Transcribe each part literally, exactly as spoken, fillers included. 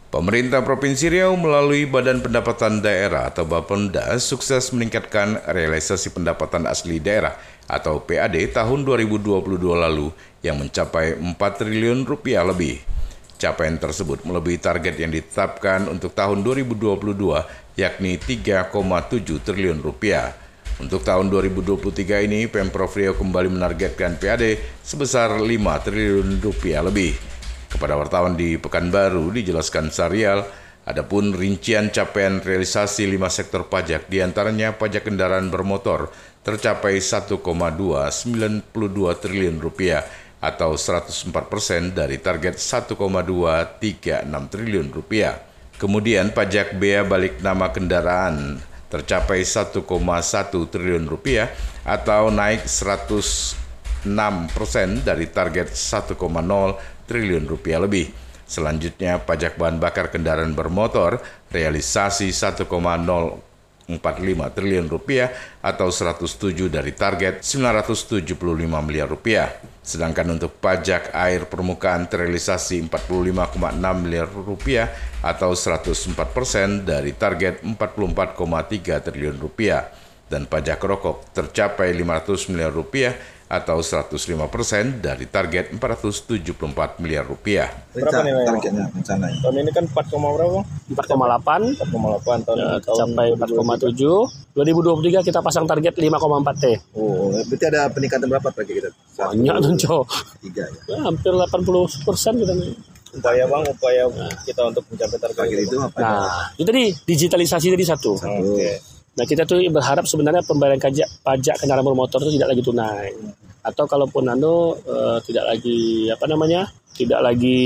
Pemerintah Provinsi Riau melalui Badan Pendapatan Daerah atau Bapenda sukses meningkatkan realisasi pendapatan asli daerah atau P A D tahun dua ribu dua puluh dua lalu yang mencapai empat triliun rupiah lebih. Capaian tersebut melebihi target yang ditetapkan untuk tahun dua ribu dua puluh dua yakni tiga koma tujuh triliun rupiah. Untuk tahun dua ribu dua puluh tiga ini Pemprov Riau kembali menargetkan P A D sebesar lima triliun rupiah lebih. Kepada wartawan di Pekanbaru dijelaskan Sarial, adapun rincian capaian realisasi lima sektor pajak diantaranya pajak kendaraan bermotor tercapai satu koma dua sembilan dua triliun rupiah atau seratus empat persen dari target satu koma dua tiga enam triliun rupiah. Kemudian pajak bea balik nama kendaraan tercapai satu koma satu triliun rupiah atau naik seratus enam persen dari target satu koma nol triliun rupiah lebih. Selanjutnya pajak bahan bakar kendaraan bermotor realisasi satu koma nol empat lima triliun rupiah atau seratus tujuh dari target sembilan ratus tujuh puluh lima miliar rupiah. Sedangkan untuk pajak air permukaan terrealisasi empat puluh lima koma enam miliar rupiah atau seratus empat persen dari target empat puluh empat koma tiga triliun rupiah. Dan pajak rokok tercapai lima ratus miliar rupiah atau seratus lima persen dari target empat ratus tujuh puluh empat miliar rupiah. Berapa nih targetnya rencananya? Tahun ini kan empat koma berapa? empat koma delapan. empat koma delapan tahun ya, ini sampai empat koma tujuh. dua ribu dua puluh tiga kita pasang target lima koma empat T. Oh, berarti ada peningkatan berapa target kita? Banyak dong, Cok. Tiga ya. Ya, hampir delapan puluh persen kita nih. Upaya Bang, upaya nah. kita untuk mencapai target itu apa? Nah, itu tadi digitalisasi tadi satu. Satu. Oke. Okay. Nah, kita tuh berharap sebenarnya pembayaran pajak pajak kendaraan bermotor itu tidak lagi tunai. Atau kalaupun anu uh, tidak lagi apa namanya? Tidak lagi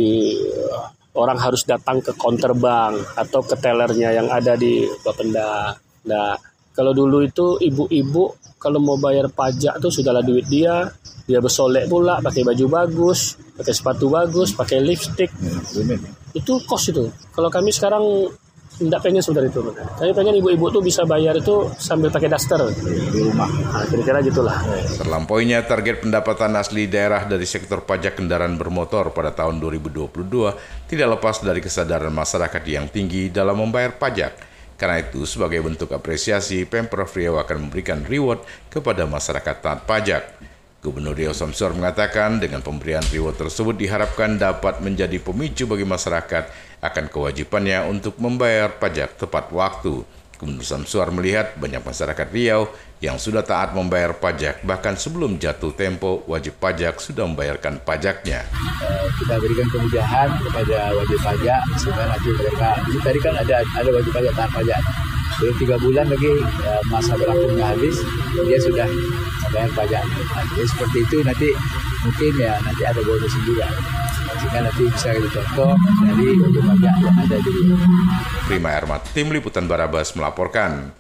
uh, orang harus datang ke counter bank atau ke tellernya yang ada di Bapenda. Nah, kalau dulu itu ibu-ibu kalau mau bayar pajak tuh sudahlah duit dia, dia bersolek pula, pakai baju bagus, pakai sepatu bagus, pakai lipstick. Hmm, itu kos itu. Kalau kami sekarang tidak pengen sudah itu. Kami pengen ibu-ibu tuh bisa bayar itu sambil pakai daster di rumah. Nah, kira-kira gitulah. Terlampauinya target pendapatan asli daerah dari sektor pajak kendaraan bermotor pada tahun dua ribu dua puluh dua tidak lepas dari kesadaran masyarakat yang tinggi dalam membayar pajak. Karena itu, sebagai bentuk apresiasi, Pemprov Riau akan memberikan reward kepada masyarakat taat pajak. Gubernur Riau Samsuar mengatakan dengan pemberian reward tersebut diharapkan dapat menjadi pemicu bagi masyarakat akan kewajibannya untuk membayar pajak tepat waktu. Gubernur Samsuar melihat banyak masyarakat Riau yang sudah taat membayar pajak, bahkan sebelum jatuh tempo wajib pajak sudah membayarkan pajaknya. Kita berikan kemudahan kepada wajib pajak sehingga nanti mereka, tadi kan ada ada wajib pajak taat pajak. Belum tiga bulan lagi ya, masa berlakunya habis, dia sudah membayar pajak. Nah, jadi seperti itu nanti mungkin ya nanti ada bonus juga. Sehingga nanti bisa dicontoh dari wajib pajak yang ada di Prima Ermat, Tim Liputan Barabas melaporkan.